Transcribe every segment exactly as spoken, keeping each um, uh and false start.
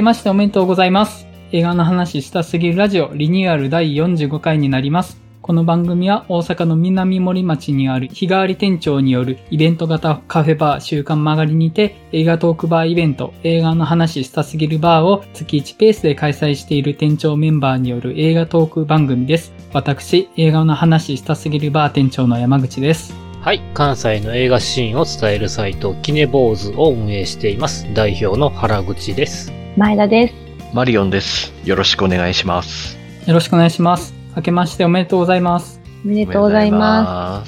ましておめでとうございます。映画の話したすぎるラジオリニューアルだいよんじゅうごかいになります。この番組は大阪の南森町にある日替わり店長によるイベント型カフェバー週刊曲がりにて映画トークバーイベント映画の話したすぎるバーを月いちペースで開催している店長メンバーによる映画トーク番組です。私、映画の話したすぎるバー店長の山口です。 はい、関西の映画シーンを伝えるサイトキネボーズを運営しています代表の原口です。 前田です。 マリオンです。よろしくお願いします。 よろしくお願いします。明けましておめでとうございます。 おめでとうございます。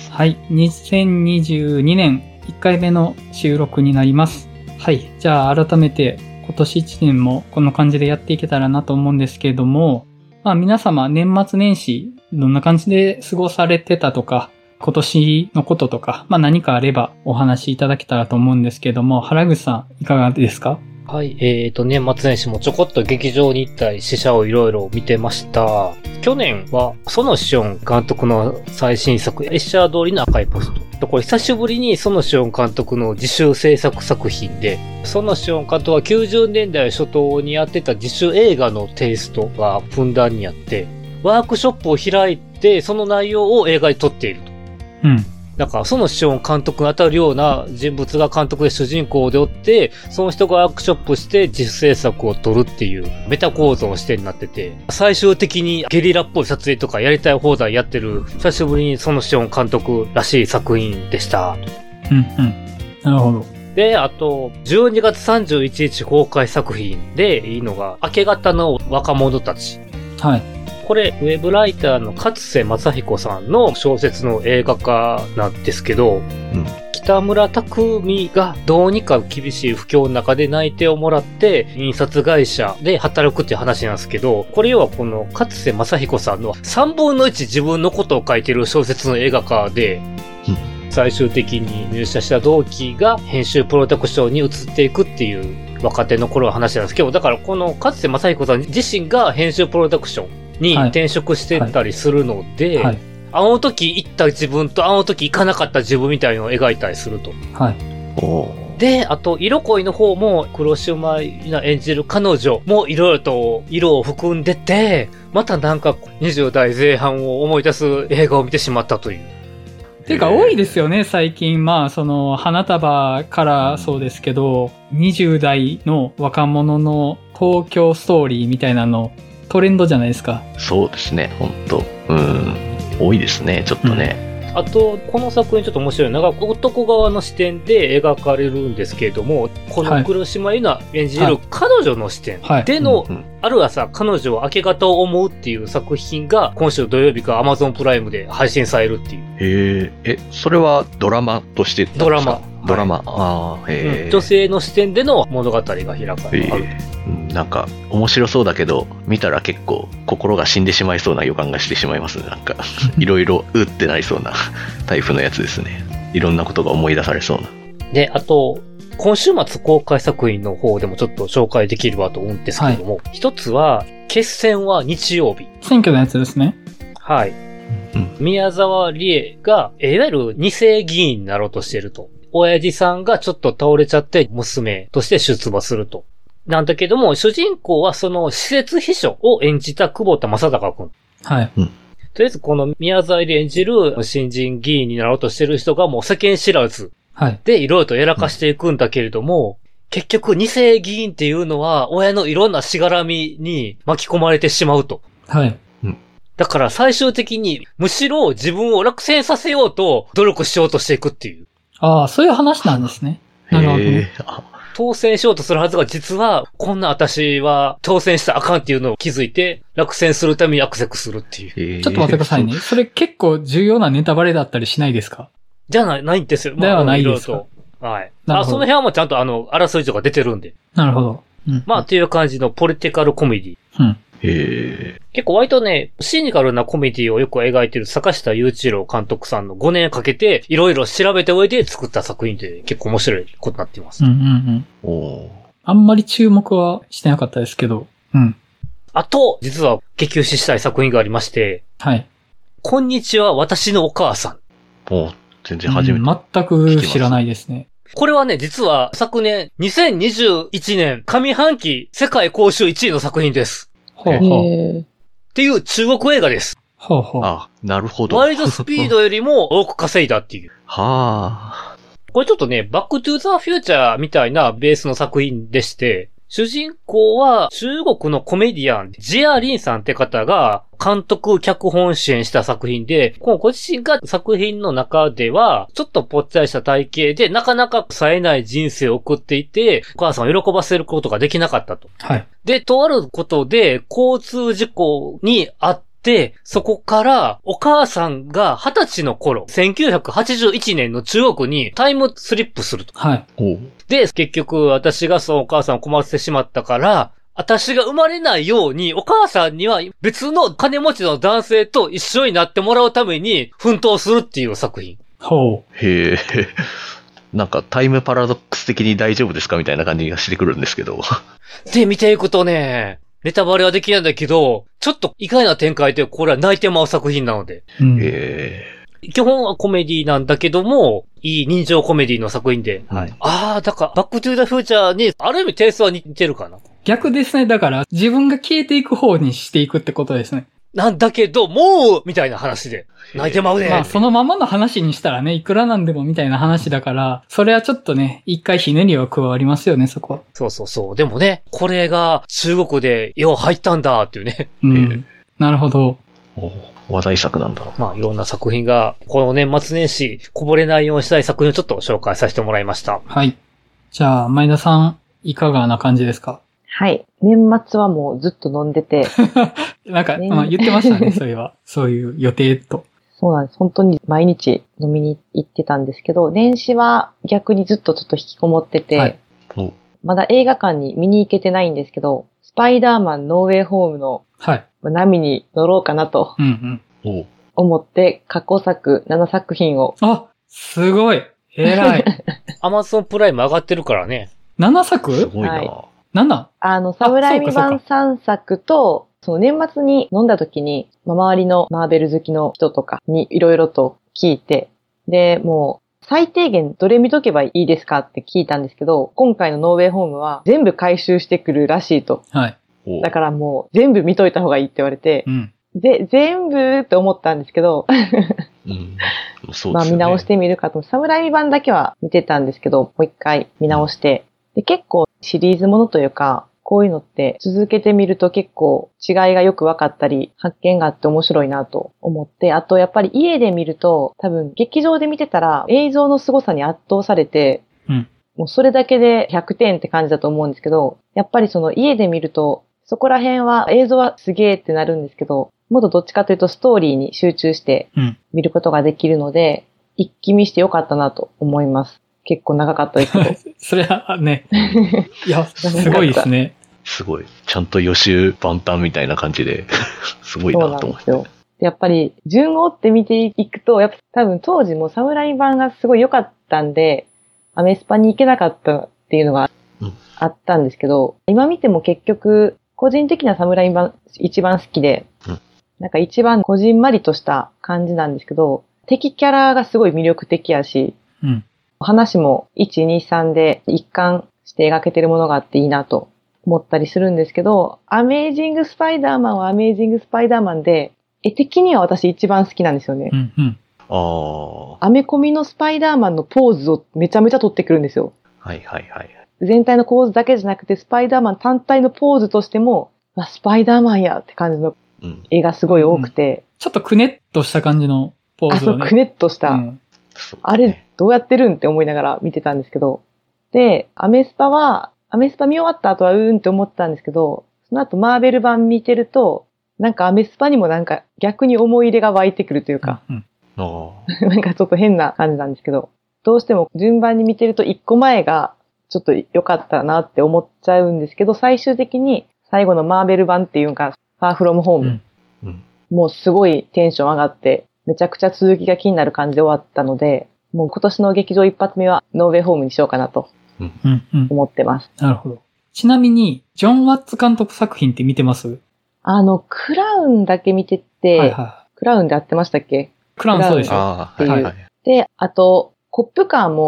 はい、にせんにじゅうにねんいっかいめの収録になります。はい、じゃあ改めて今年いちねんもこの感じでやっていけたらなと思うんですけれども、まあ皆様年末年始どんな感じで過ごされてたとか、今年のこととか、まあ何かあればお話しいただけたらと思うんですけれども、原口さんいかがですか？ はい、えーと、年末年始もちょこっと劇場に行ったり、試写をいろいろ見てました。去年は、園志音監督の最新作、エッシャー通りの赤いポスト。これ久しぶりに園志音監督の自主制作作品で、園志音監督はきゅうじゅうねんだい初頭にやってた自主映画のテイストがふんだんにあって、ワークショップを開いて、その内容を映画に撮っていると。 うん。 だから、そのシオン監督に当たるような人物が監督で主人公でおって、その人がワークショップして自主制作を撮るっていうメタ構造の視点になってて、最終的にゲリラっぽい撮影とかやりたい放題やってる、久しぶりにそのシオン監督らしい作品でした。 うんうん。なるほど。 で、あと、じゅうにがつさんじゅういちにち公開作品でいいのが、明け方の若者たち。 はい。 これ、ウェブライターの勝瀬正彦さんの小説の映画化なんですけど、うん、北村匠海がどうにか厳しい不況の中で内定をもらって、印刷会社で働くっていう話なんですけど、これ要はこの勝瀬正彦さんのさんぶんのいち自分のことを書いてる小説の映画化で、うん、最終的に入社した同期が編集プロダクションに移っていくっていう若手の頃の話なんですけど、だからこの勝瀬正彦さん自身が編集プロダクションに転職してったりするので、はいはい、あの時行った自分とあの時行かなかった自分みたいのを描いたりすると。はい。で、あと、色恋の方も黒島結菜演じる彼女もいろいろと色を含んでて、またなんかにじゅうだいぜん半を思い出す映画を見てしまったという。 ていうか多いですよね、最近。まあ、その、花束からそうですけど、にじゅうだいの若者の東京ストーリーみたいなの、トレンドじゃないですか。 そうですね、ほんと。うん。多いですね、ちょっとね。 うん、あと、この作品ちょっと面白いのが、男側の視点で描かれるんですけれども、この黒島結菜演じる彼女の視点での、はいはい、ある朝、彼女は明け方を思うっていう作品が、今週土曜日から Amazon プライムで配信されるっていう。 へえ、え、それはドラマとしてドラマ。 ドラマ。はい、ああ、へえ、 うん。女性の視点での物語が開かれる。 なんか面白そうだけど見たら結構心が死んでしまいそうな予感がしてしまいますね。なんかいろいろうってなりそうなタイプのやつですね。いろんなことが思い出されそうな。 で、あと今週末公開作品の方でもちょっと紹介できればと思うんですけれども、はい、一つは決戦は日曜日。 選挙のやつですね。 はい。うん、宮沢りえがいわゆる二世議員になろうとしていると。親父さんがちょっと倒れちゃって娘として出馬すると。なんだけども、主人公はその施設秘書を演じた久保田正孝くん。 はい。うん、 とりあえずこの宮沢りえ演じる新人議員になろうとしてる人がもう世間知らず。はい。で、いろいろとやらかしていくんだけれども、うん、結局二世議員っていうのは親のいろんなしがらみに巻き込まれてしまうと。 はい。 だから最終的にむしろ自分を落選させようと努力しようとしていくっていう。 ああ、そういう話なんですね。なるほどね。 当選しようとするはずが実は、こんな私は当選したらあかんっていうのを気づいて、落選するためにアクセスするっていう。 ちょっと待ってくださいね。それ結構重要なネタバレだったりしないですか？ じゃない、ないんですよ。 ではないですか？ はい。あ、その辺はもうちゃんとあの、争いとか出てるんで。 なるほど。 うん、まあ、っていう感じのポリティカルコメディ。 うん。 へ結構割とね、シニカルなコメディをよく描いてる坂下雄一郎監督さんのごねんかけて、いろいろ調べた上で作った作品で結構面白いことになっています。 うんうんうん。おあんまり注目はしてなかったですけど。うん。 あと、実は激推ししたい作品がありまして。 はい。 こんにちは、私のお母さん。 お全然初めて、 うん。全く知らないですね。 これはね、実は昨年にせんにじゅういちねん上半期世界興収いちいの作品です。 ほうほう。 っていう中国映画です。 ほうほう。 あ、なるほど。 ワイルドスピードよりも多く稼いだっていう。 はあ。 これちょっとね、バックトゥーザフューチャーみたいなベースの作品でして、主人公は中国のコメディアン、ジア・リンさんって方が監督、脚本主演した作品で、このご自身が作品の中では、ちょっとぽっちゃりした体型で、なかなか冴えない人生を送っていて、お母さんを喜ばせることができなかったと。 はい。 で、とあることで、交通事故にあって、で、そこから、お母さんがはたちの頃、せんきゅうひゃくはちじゅういちねんの中国にタイムスリップすると。 はい。 で、結局、私がそのお母さんを困らせてしまったから、私が生まれないように、お母さんには別の金持ちの男性と一緒になってもらうために奮闘するっていう作品。 ほう。 へえ。なんかタイムパラドックス的に大丈夫ですかみたいな感じがしてくるんですけど。 で、見ていくとね、ネタバレはできないんだけど、ちょっと意外な展開で、これは泣いてまう作品なので。 うん、 へ基本はコメディなんだけども、いい人情コメディの作品で。 はい。 ああ、だから、バックトゥーザフューチャーに、ある意味テイストは似てるかな。 逆ですね。だから、自分が消えていく方にしていくってことですね。 なんだけど、もうみたいな話で。泣いてまうね。 まあ、そのままの話にしたらね、いくらなんでもみたいな話だから、それはちょっとね、一回ひねりは加わりますよね、そこは。 そうそうそう。でもね、これが中国でよう入ったんだっていうね。 うん。なるほど。 お話題作なんだ。 まあ、いろんな作品が、この年末年始、こぼれないようにしたい作品をちょっと紹介させてもらいました。 はい。じゃあ、前田さん、いかがな感じですか？ はい。年末はもうずっと飲んでて。 なんか、まあ言ってましたね、それは。そういう予定と。 そうなんです。本当に毎日飲みに行ってたんですけど、年始は逆にずっとちょっと引きこもってて、はい、まだ映画館に見に行けてないんですけど、スパイダーマンノーウェイホームの波に乗ろうかなと思って、過去作ななさく品を。 あ、すごい偉い。 アマゾンプライム上がってるからね。 ななさく？ すごいな。 はい、 なな？ あの、サムライミ版さんさくと、その年末に飲んだ時に、まあ、周りのマーベル好きの人とかにいろいろと聞いて、で、もう最低限どれ見とけばいいですかって聞いたんですけど、今回のノーウェイホームは全部回収してくるらしいと。 はい。 だからもう全部見といた方がいいって言われて、 うん、 で、全部って思ったんですけど、 うん、そうですね、 まあ見直してみるかと。サムライミ版だけは見てたんですけど、もう一回見直して、で結構シリーズものというか、こういうのって続けてみると結構違いがよく分かったり、発見があって面白いなと思って、あとやっぱり家で見ると、多分劇場で見てたら映像の凄さに圧倒されて、 うん、 もうそれだけでひゃくてんって感じだと思うんですけど、やっぱりその家で見ると、そこら辺は映像はすげーってなるんですけど、もっとどっちかというとストーリーに集中して見ることができるので、うん、一気見してよかったなと思います。結構長かったですけど。 それはね。いや、すごいですね。 すごい。ちゃんと予習万端みたいな感じで、すごいなと思って。 そうなんですよ。やっぱり、順を追って見ていくと、やっぱ多分当時もサムライ版がすごい良かったんで、アメスパに行けなかったっていうのがあったんですけど、うん、今見ても結局、個人的なサムライ版一番好きで、うん、なんか一番こじんまりとした感じなんですけど、敵キャラがすごい魅力的やし、 うん、 話もいち、に、さんで一貫して描けてるものがあっていいなと思ったりするんですけど、アメージングスパイダーマンはアメージングスパイダーマンで、絵的には私一番好きなんですよね。 うんうん、 あアメコミのスパイダーマンのポーズをめちゃめちゃ撮ってくるんですよ。 はいはいはい。 全体の構図だけじゃなくて、スパイダーマン単体のポーズとしても、あ、スパイダーマンやって感じの絵がすごい多くて。うんうん、 ちょっとくねっとした感じのポーズをね。 あ、そう、くねっとした。うん、あれ、どうやってるんって思いながら見てたんですけど。で、アメスパは、アメスパ見終わった後はうーんって思ってたんですけど、その後マーベル版見てると、なんかアメスパにもなんか逆に思い入れが湧いてくるというか、 うんうん、 なんかちょっと変な感じなんですけど、どうしても順番に見てると一個前がちょっと良かったなって思っちゃうんですけど、最終的に最後のマーベル版っていうか、ファーフロムホーム、 うんうん、 もうすごいテンション上がって、めちゃくちゃ続きが気になる感じで終わったので、もう今年の劇場一発目はノーウェイホームにしようかなと思ってます。 うんうん、なるほど。ちなみに、ジョン・ワッツ監督作品って見てます？ あの、クラウンだけ見てて、 はいはい、 クラウンで合ってましたっけ？ クラウンそうですよ。 っていう。はいはい、で、あと、コップカーも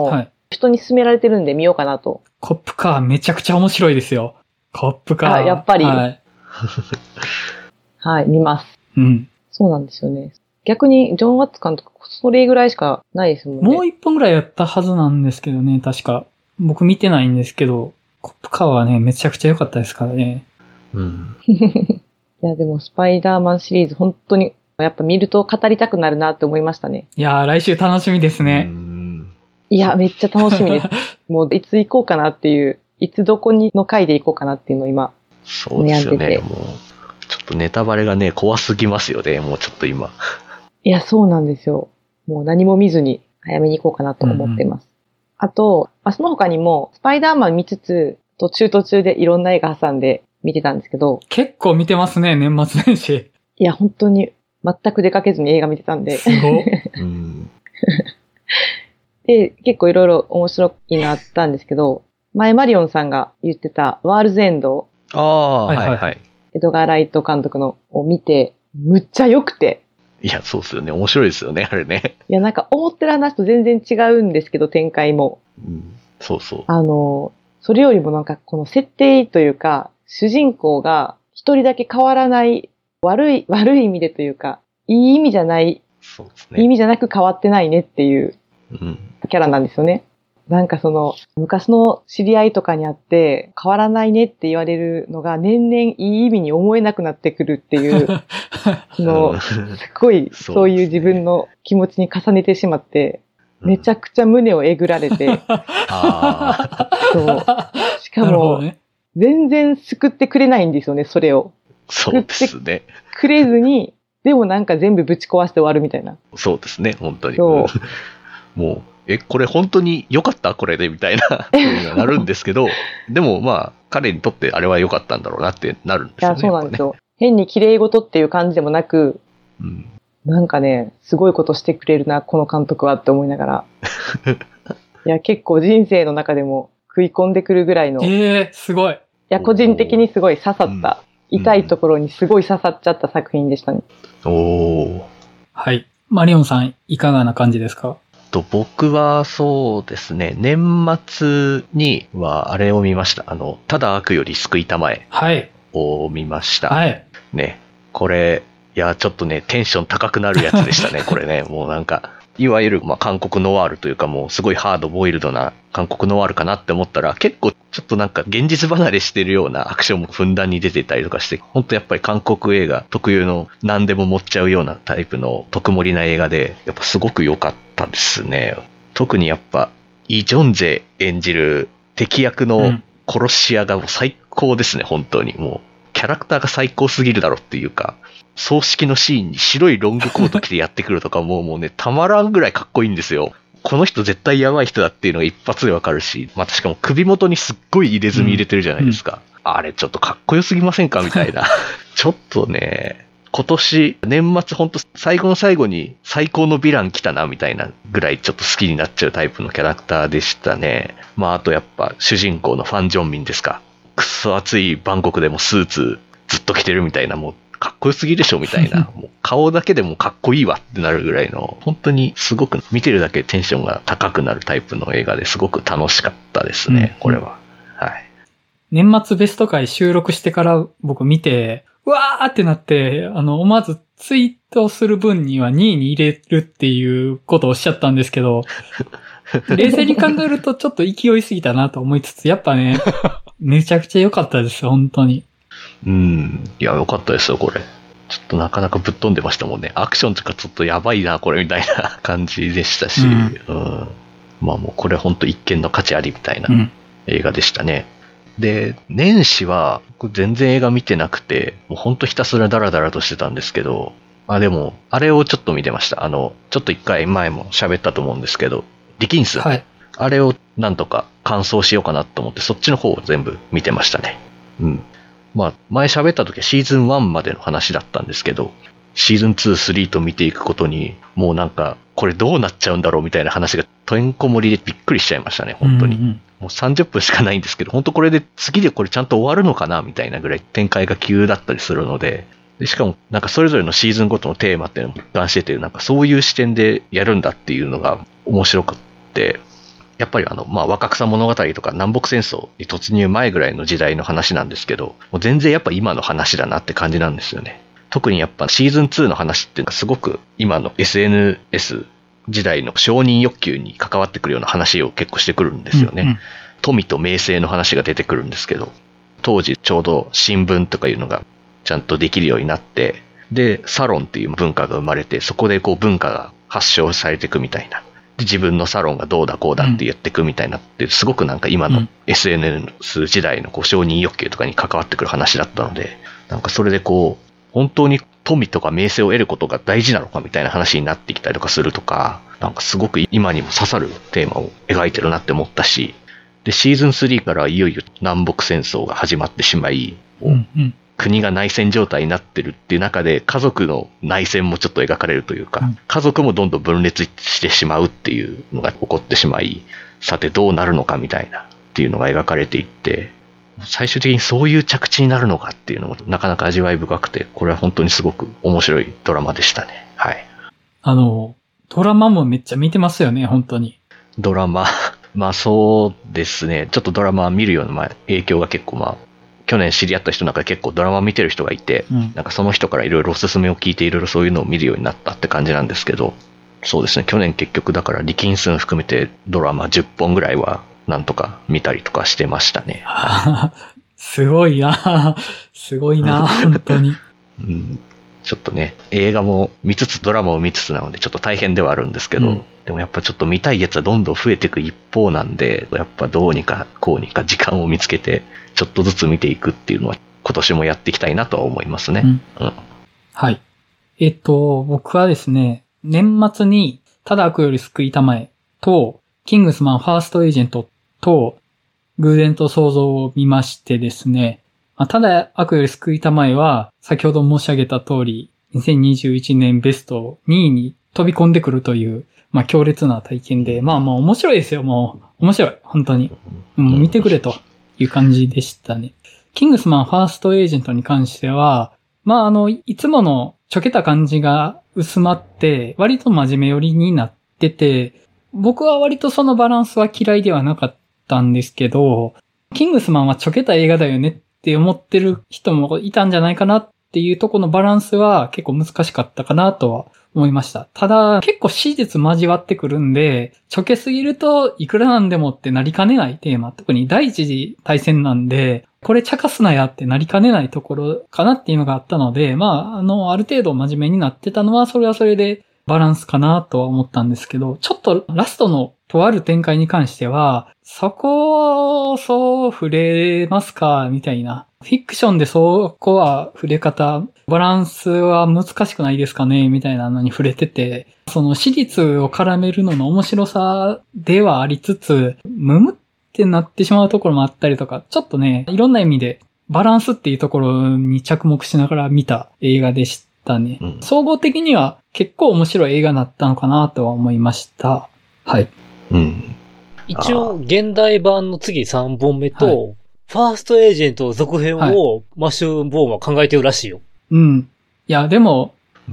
人に勧められてるんで見ようかなと。 コップカーめちゃくちゃ面白いですよ。コップカー。 あ、やっぱり。 はい。 はい、見ます。 うん。 そうなんですよね。逆に、ジョン・ワッツ監督、それぐらいしかないですもんね。 もう一本ぐらいやったはずなんですけどね、確か。僕見てないんですけど、コップカーはね、めちゃくちゃ良かったですからね。 うん。 いや、でも、スパイダーマンシリーズ、本当に、やっぱ見ると語りたくなるなって思いましたね。 いやー、来週楽しみですね。 うんいや、めっちゃ楽しみです。もう、いつ行こうかなっていう、いつどこにの回で行こうかなっていうのを今、 そうですよね。もう、ちょっとネタバレがね、怖すぎますよね、もうちょっと今。 いや、そうなんですよ。もう何も見ずに早めに行こうかなと思ってます。うんうん、あと、まあ、その他にも、スパイダーマン見つつ、途中途中でいろんな映画挟んで見てたんですけど。 結構見てますね、年末年始。 いや、本当に全く出かけずに映画見てたんで。 すごい。 うん、 で、結構いろいろ面白いなったんですけど、前マリオンさんが言ってたワールズエンド。 ああ、はいはいはい。 エドガー・ライト監督のを見て、むっちゃ良くて。 いや、そうですよね。面白いですよね、あれね。 いや、なんか思ってる話と全然違うんですけど、展開も。 うん、そうそう。 あの、それよりもなんかこの設定というか、主人公が一人だけ変わらない、悪い、悪い意味でというか、いい意味じゃない、 そうですね。 いい意味じゃなく変わってないねっていうキャラなんですよね。うん、なんかその、昔の知り合いとかにあって、変わらないねって言われるのが年々いい意味に思えなくなってくるっていう、その、すごいそういう自分の気持ちに重ねてしまって、めちゃくちゃ胸をえぐられて、 あそう。しかも、ね、全然救ってくれないんですよね、それを。 そうですね。 くれずに、でもなんか全部ぶち壊して終わるみたいな。 そうですね、本当に。 そうもう、え、これ本当に良かったこれでみたいな風にはなるんですけど、でもまあ、彼にとってあれは良かったんだろうなってなるんですよね。 いや、そうなんですよ。ね、変に綺麗事っていう感じでもなく、 うん、 なんかね、すごいことしてくれるな、この監督はって思いながら。いや、結構人生の中でも食い込んでくるぐらいの。 ええー、すごい。いや、個人的にすごい刺さった、うん、痛いところにすごい刺さっちゃった作品でしたね。 おー。 はい。マリオンさん、いかがな感じですか？ と僕はそうですね、年末にはあれを見ました。あの、ただ悪より救いたまえを見ました。 はい。 ね、これ、いや、ちょっとね、テンション高くなるやつでしたね、これね。もうなんか、いわゆる、まあ、韓国ノワールというか、もうすごいハードボイルドな韓国ノワールかなって思ったら、結構ちょっとなんか現実離れしてるようなアクションもふんだんに出てたりとかして、本当やっぱり韓国映画特有の何でも持っちゃうようなタイプの特盛りな映画で、やっぱすごく良かったですね。特にやっぱ、イ・ジョンジェ演じる敵役の殺し屋がもう最高ですね、本当に。もう、キャラクターが最高すぎるだろっていうか、葬式のシーンに白いロングコート着てやってくるとかもうもうね、たまらんぐらいかっこいいんですよ。この人絶対やばい人だっていうのが一発でわかるし、またしかも首元にすっごい入れ墨入れてるじゃないですか。うんうん、あれちょっとかっこよすぎませんかみたいな。ちょっとね、今年、年末ほんと最後の最後に最高のヴィラン来たなみたいなぐらいちょっと好きになっちゃうタイプのキャラクターでしたね。まああとやっぱ主人公のファン・ジョンミンですか。くっそ暑いバンコクでもスーツずっと着てるみたいな、もうかっこよすぎでしょみたいな、もう顔だけでもかっこいいわってなるぐらいの、本当にすごく見てるだけテンションが高くなるタイプの映画ですごく楽しかったですね、うん、これは。はい。 年末ベスト回収録してから僕見て、うわーってなって、あの、思わずツイートする分にはにいに入れるっていうことをおっしゃったんですけど、冷静に考えるとちょっと勢いすぎたなと思いつつ、やっぱね、めちゃくちゃ良かったです、本当に。 うん。いや、良かったですよ、これ。ちょっとなかなかぶっ飛んでましたもんね。アクションとかちょっとやばいな、これみたいな感じでしたし、うん、うん、まあもうこれ本当一見の価値ありみたいな映画でしたね。うん、で、年始は全然映画見てなくて、もう本当ひたすらダラダラとしてたんですけど、まあでも、あれをちょっと見てました。あの、ちょっと一回前も喋ったと思うんですけど、ディキンス。 はい。 あれをなんとか完走しようかなと思って、そっちの方を全部見てましたね。うん。まあ、前喋った時はシーズンワンまでの話だったんですけど、シーズンツー、スリーと見ていくことに、もうなんか、これどうなっちゃうんだろうみたいな話がてんこ盛りでびっくりしちゃいましたね、本当に。うんうん、もうさんじゅっぷんしかないんですけど、本当これで次でこれちゃんと終わるのかなみたいなぐらい展開が急だったりするので、でしかもなんかそれぞれのシーズンごとのテーマっていうのも一貫してて、なんかそういう視点でやるんだっていうのが面白くって、 やっぱりあの、まあ、若草物語とか南北戦争に突入前ぐらいの時代の話なんですけど、もう全然やっぱ今の話だなって感じなんですよね。特にやっぱシーズンツーの話っていうのがすごく今の エスエヌエス 時代の承認欲求に関わってくるような話を結構してくるんですよね。うんうん、富と名声の話が出てくるんですけど、当時ちょうど新聞とかいうのがちゃんとできるようになって、で、サロンっていう文化が生まれて、そこでこう文化が発祥されていくみたいな。で、自分のサロンがどうだこうだって言っていくみたいなって、すごくなんか今の エスエヌエス 時代のこう承認欲求とかに関わってくる話だったので、なんかそれでこう、本当に富とか名声を得ることが大事なのかみたいな話になってきたりとかするとか、なんかすごく今にも刺さるテーマを描いてるなって思ったし、で、シーズンスリーからいよいよ南北戦争が始まってしまい、うんうん、国が内戦状態になってるっていう中で家族の内戦もちょっと描かれるというか、うん、家族もどんどん分裂してしまうっていうのが起こってしまい、さてどうなるのかみたいなっていうのが描かれていって、最終的にそういう着地になるのかっていうのもなかなか味わい深くて、これは本当にすごく面白いドラマでしたね。はい。 あの、ドラマもめっちゃ見てますよね、本当に。 ドラマ、まあそうですね。ちょっとドラマ見るような、まあ、影響が結構まあ、去年知り合った人の中で結構ドラマ見てる人がいて、うん、なんかその人からいろいろおすすめを聞いていろいろそういうのを見るようになったって感じなんですけど、そうですね。去年結局だからリキンスン含めてドラマじゅっぽんぐらいはなんとか見たりとかしてましたね。 すごいなすごいな本当に。 うん、ちょっとね、映画も見つつドラマを見つつなのでちょっと大変ではあるんですけど、うん、でもやっぱちょっと見たいやつはどんどん増えていく一方なんで、やっぱどうにかこうにか時間を見つけてちょっとずつ見ていくっていうのは今年もやっていきたいなとは思いますね。うんうん、 はい。えっと、僕はですね、年末にただ悪より救いたまえと、キングスマンファーストエージェントと、偶然と想像を見ましてですね、まあ、ただ悪より救いたまえは、先ほど申し上げた通り、にせんにじゅういちねんベストにいに飛び込んでくるという、まあ強烈な体験で、まあまあ面白いですよ、もう。面白い、本当に。もう見てくれという感じでしたね。キングスマンファーストエージェントに関しては、まああの、いつものちょけた感じが薄まって、割と真面目寄りになってて、僕は割とそのバランスは嫌いではなかったんですけど、キングスマンはちょけた映画だよねって思ってる人もいたんじゃないかなっていうところのバランスは結構難しかったかなとは思いました。ただ結構史実交わってくるんで、ちょけすぎるといくらなんでもってなりかねないテーマ、特に第一次大戦なんで、これ茶化すなやってなりかねないところかなっていうのがあったので、まあ、あの、ある程度真面目になってたのはそれはそれでバランスかなとは思ったんですけど、ちょっとラストのとある展開に関しては、そこをそう触れますかみたいな。フィクションでそこは触れ方、バランスは難しくないですかねみたいなのに触れてて、その史実を絡めるのの面白さではありつつ、むむってなってしまうところもあったりとか、ちょっとね、いろんな意味でバランスっていうところに着目しながら見た映画でしたね。うん、総合的には結構面白い映画だったのかなとは思いました。はい。 うん、一応、現代版の次さんぼんめと、はい、ファーストエージェント続編をマッシュ・ボーンは考えてるらしいよ。 うん。いや、でも、うん、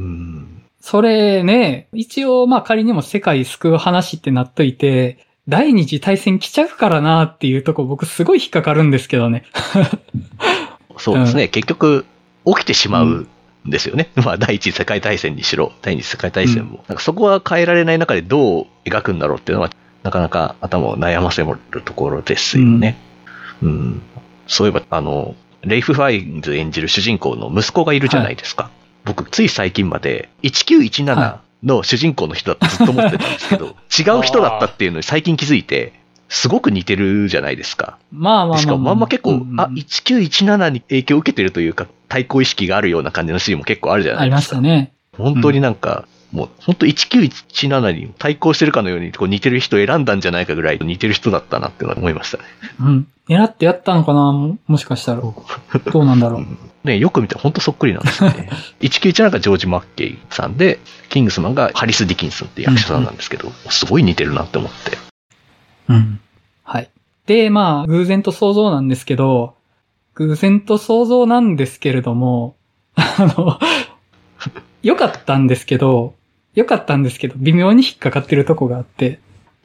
それね、一応まあ仮にも世界救う話ってなっといて、第二次大戦来ちゃうからなっていうとこ僕すごい引っかかるんですけどね。 そうですね、うん、結局起きてしまう。うんですよね。まあ、第一次世界大戦にしろ、第二次世界大戦も。うん、なんかそこは変えられない中でどう描くんだろうっていうのは、なかなか頭を悩ませるところですよね。うん。うん、そういえば、あの、レイフ・ファインズ演じる主人公の息子がいるじゃないですか。はい、僕、つい最近まで、いちきゅういちななの主人公の人だってずっと思ってたんですけど、はい、違う人だったっていうのに最近気づいて、すごく似てるじゃないですか。 まあまあまあ、まあ。 しかもまんま結構、うんうん、あ、いちきゅういちななに影響を受けてるというか、対抗意識があるような感じのシーンも結構あるじゃないですか。 ありましたね。 本当になんか、うん、もう本当いちきゅういちななに対抗してるかのようにこう似てる人選んだんじゃないかぐらい似てる人だったなっていうのは思いましたね。 うん。狙ってやったのかなもしかしたら。どうなんだろう。うん、 ね、よく見て本当そっくりなんですよね。いちきゅういちなながジョージ・マッケイさんで、キングスマンがハリス・ディキンソンって役者さんなんですけど、うんうん、すごい似てるなって思って。 うん。はい。で、まあ、偶然と想像なんですけど、偶然と想像なんですけれども、あの、良かったんですけど、良かったんですけど、微妙に引っかかってるとこがあって、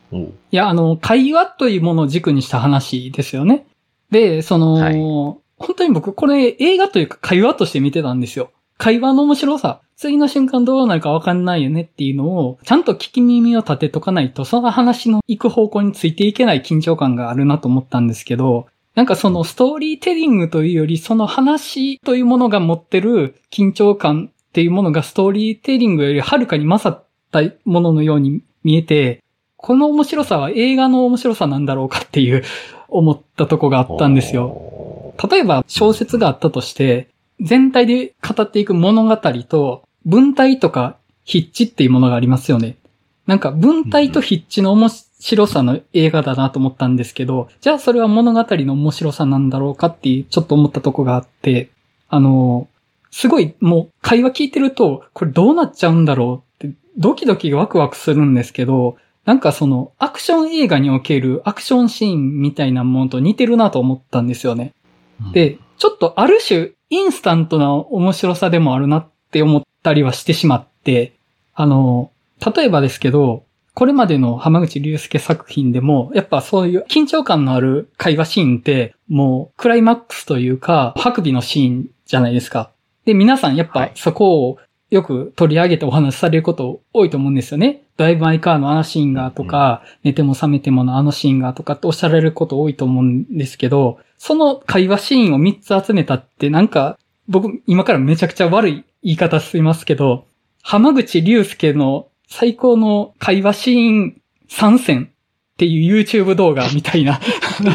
いや、あの、会話というものを軸にした話ですよね。で、その、はい、本当に僕、これ映画というか会話として見てたんですよ。会話の面白さ。次の瞬間どうなるかわかんないよねっていうのを、ちゃんと聞き耳を立てとかないと、その話の行く方向についていけない緊張感があるなと思ったんですけど、なんかそのストーリーテリングというより、その話というものが持ってる緊張感っていうものがストーリーテリングよりはるかに勝ったもののように見えて、この面白さは映画の面白さなんだろうかっていう思ったとこがあったんですよ。例えば小説があったとして、全体で語っていく物語と文体とか筆致っていうものがありますよね。なんか文体と筆致の面白さの映画だなと思ったんですけど、じゃあそれは物語の面白さなんだろうかっていうちょっと思ったとこがあって、あの、すごいもう会話聞いてるとこれどうなっちゃうんだろうってドキドキワクワクするんですけど、なんかそのアクション映画におけるアクションシーンみたいなものと似てるなと思ったんですよね。で、ちょっとある種インスタントな面白さでもあるなって思ったりはしてしまって、あの、例えばですけど、これまでの浜口竜介作品でも、やっぱそういう緊張感のある会話シーンって、もうクライマックスというか、白尾のシーンじゃないですか。で、皆さんやっぱそこをよく取り上げてお話しされること多いと思うんですよね。ドライブ・マイ・カーのあのシーンがとか、うん、寝ても覚めてものあのシーンがとかっておっしゃられること多いと思うんですけど、その会話シーンをみっつ集めたってなんか、僕今からめちゃくちゃ悪い言い方しますけど、浜口竜介の最高の会話シーン参戦っていう YouTube 動画みたいな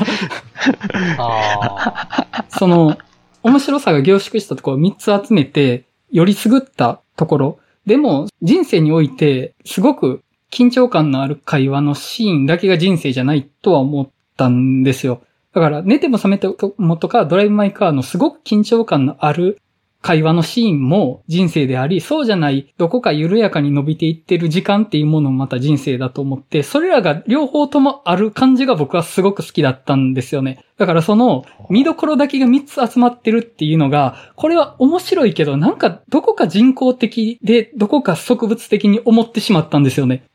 あその面白さが凝縮したところをみっつ集めてより優ったところでも人生においてすごく緊張感のある会話のシーンだけが人生じゃないとは思ったんですよ。だから寝ても覚めてもとかドライブ・マイ・カーのすごく緊張感のある会話のシーンも人生であり、そうじゃないどこか緩やかに伸びていってる時間っていうものもまた人生だと思って、それらが両方ともある感じが僕はすごく好きだったんですよね。だからその見どころだけがみっつ集まってるっていうのが、これは面白いけどなんかどこか人工的でどこか植物的に思ってしまったんですよね。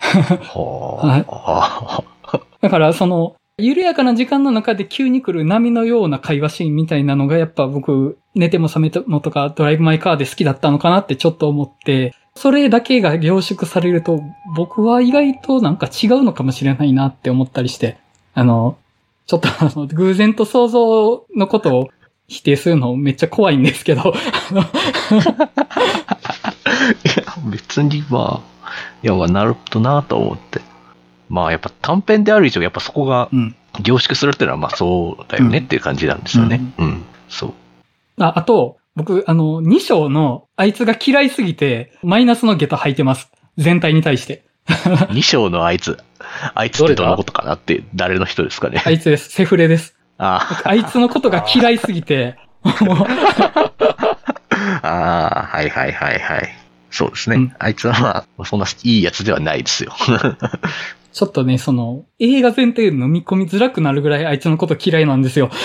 はい、だからその緩やかな時間の中で急に来る波のような会話シーンみたいなのがやっぱ僕寝ても覚めてもとかドライブ・マイ・カーで好きだったのかなってちょっと思って、それだけが凝縮されると僕は意外となんか違うのかもしれないなって思ったりして、あの、ちょっとあの偶然と想像のことを否定するのめっちゃ怖いんですけど。いや別にまあ、いやまあなるほどなと思って。まあやっぱ短編である以上やっぱそこが凝縮するっていうのはまあそうだよねっていう感じなんですよね。うん。うんうん、そう。 あ、あと、僕、あの、に章のあいつが嫌いすぎてマイナスの下駄履いてます。全体に対して。 に章のあいつ。あいつってどのことかなって誰の人ですかね。 あいつです。セフレです。 ああいつのことが嫌いすぎて。 ああ、はいはいはいはい。そうですね。うん、あいつはまあ、そんないいやつではないですよ。 ちょっとね、その、映画全体で飲み込みづらくなるぐらいあいつのこと嫌いなんですよ。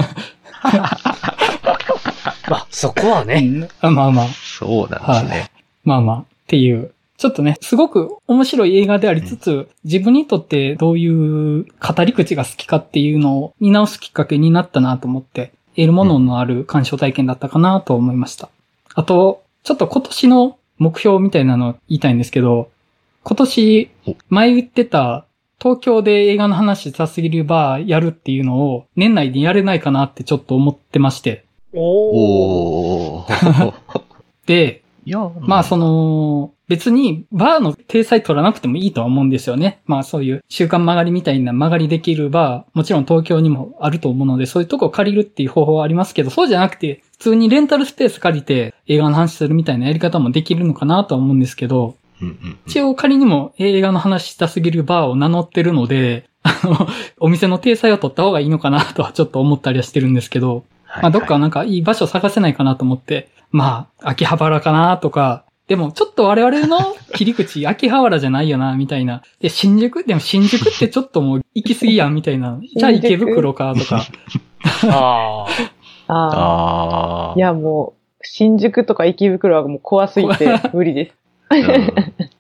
まあ、そこはね。 うん、あまあまあ。 そうなんですね、はい。 まあまあ、っていう。ちょっとね、すごく面白い映画でありつつ、うん、自分にとってどういう語り口が好きかっていうのを見直すきっかけになったなと思って、得るもののある鑑賞体験だったかなと思いました。あと、ちょっと今年の目標みたいなのを言いたいんですけど、今年、前言ってた、東京で映画の話さすぎるバーやるっていうのを、年内にやれないかなってちょっと思ってまして。 おー。 で、まあその、別にバーの体裁取らなくてもいいとは思うんですよね。まあそういう週刊曲がりみたいな曲がりできるバー、もちろん東京にもあると思うので、そういうとこを借りるっていう方法はありますけど、そうじゃなくて、普通にレンタルスペース借りて映画の話するみたいなやり方もできるのかなとは思うんですけど、 うんうんうん、 一応仮にも映画の話したすぎるバーを名乗ってるので、あの、お店の体裁を取った方がいいのかなとはちょっと思ったりはしてるんですけど、はいはい、まあどっかなんかいい場所探せないかなと思って、まあ、秋葉原かなとか、でもちょっと我々の切り口、秋葉原じゃないよな、みたいな。で、新宿でも新宿ってちょっともう行き過ぎやん、みたいな。じゃあ池袋か、とか。 ああ。ああ。いやもう、新宿とか池袋はもう怖すぎて無理です。 っ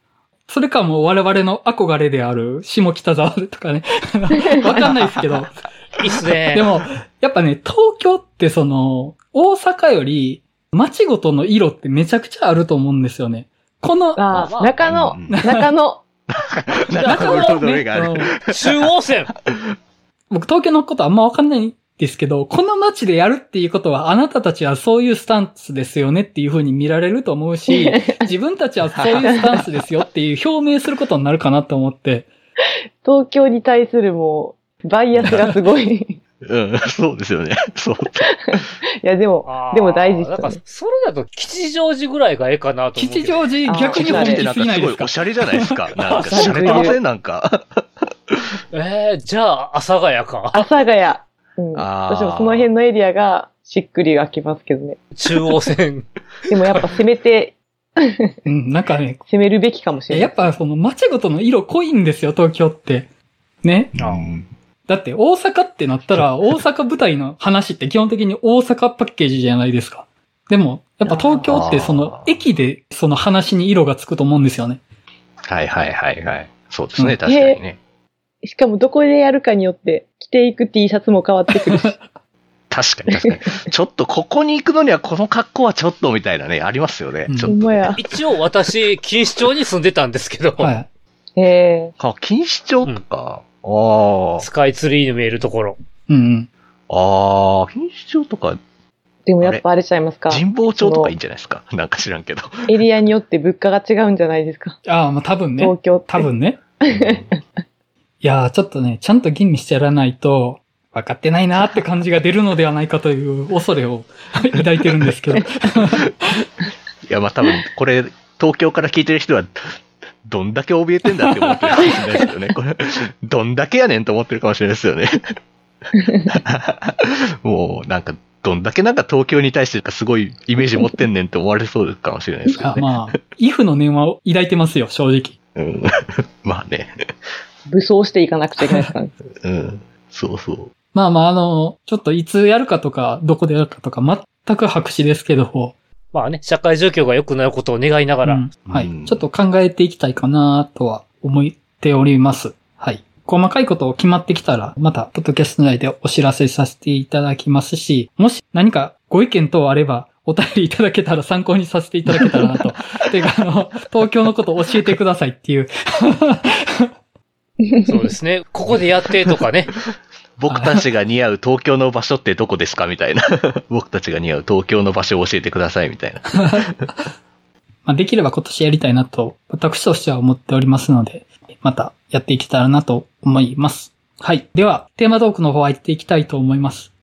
それかもう我々の憧れである下北沢とかね。わかんないですけど。 いいっすね。 でも、やっぱね、東京ってその、大阪より街ごとの色ってめちゃくちゃあると思うんですよね。この、 ああ、中野、中野。 中野ね、 中央線。 僕東京のことあんまわかんないんですけど、この街でやるっていうことはあなたたちはそういうスタンスですよねっていう風に見られると思うし、自分たちはそういうスタンスですよっていう表明することになるかなと思って。 東京に対するもう、バイアスがすごい。 うん、そうですよね。そう。いや、でも、でも大事ですよね。 なんか、それだと吉祥寺ぐらいがええかなと思う。 吉祥寺逆に本気すぎないですか？ おしゃれじゃないですか。なんか、しゃれてませんなんか。 えー、じゃあ、阿佐ヶ谷か。 阿佐ヶ谷。うん。私もその辺のエリアがしっくり湧きますけどね。 中央線。 でもやっぱ攻めて、 うん、なんかね。 攻めるべきかもしれない。 やっぱその街ごとの色濃いんですよ、東京って。ね。 うんだって大阪ってなったら、大阪舞台の話って基本的に大阪パッケージじゃないですか。でも、やっぱ東京ってその駅でその話に色がつくと思うんですよね。 はいはいはいはい。そうですね、うん、確かにね。 しかもどこでやるかによって着ていく T シャツも変わってくるし。 確かに確かに。ちょっとここに行くのにはこの格好はちょっとみたいなね、ありますよね。うん、ちょっと、ね。 一応私、錦糸町に住んでたんですけど。 はい。 へえ。 あ、錦糸町とか。うんああ。 スカイツリーの見えるところ。 うんうん。 ああ、錦糸町とか。 でもやっぱあれちゃいますか。 神保町とかいいんじゃないですか。なんか知らんけど。 エリアによって物価が違うんじゃないですか。 ああ、まあ多分ね。 東京って。 多分ね。いやー、ちょっとね、ちゃんと吟味してやらないと、分かってないなーって感じが出るのではないかという恐れを抱いてるんですけど。いや、まあ多分、これ、東京から聞いてる人は、どんだけ怯えてんだって思ってるかもしれないですよね。これ、どんだけやねんと思ってるかもしれないですよね。もう、なんか、どんだけなんか東京に対してすごいイメージ持ってんねんって思われそうかもしれないですけどね。 まあ、イフの念は抱いてますよ、正直。 うん。まあね。 武装していかなくちゃいけないですからね。 うん。そうそう。 まあまあ、あの、ちょっといつやるかとか、どこでやるかとか、全く白紙ですけど、 まあね、社会状況が良くなることを願いながら、うん、 はい、うん。ちょっと考えていきたいかなとは思っております。はい。細かいことを決まってきたら、また、ポッドキャスト内でお知らせさせていただきますし、もし何かご意見等あれば、お便りいただけたら参考にさせていただけたらなと。てか、あの、東京のことを教えてくださいっていう。 そうですね。ここでやってとかね。 僕たちが似合う東京の場所ってどこですかみたいな。僕たちが似合う東京の場所を教えてくださいみたいな。 まあできれば今年やりたいなと、私としては思っておりますので、またやっていけたらなと思います。はい。では、テーマトークの方入っていきたいと思います。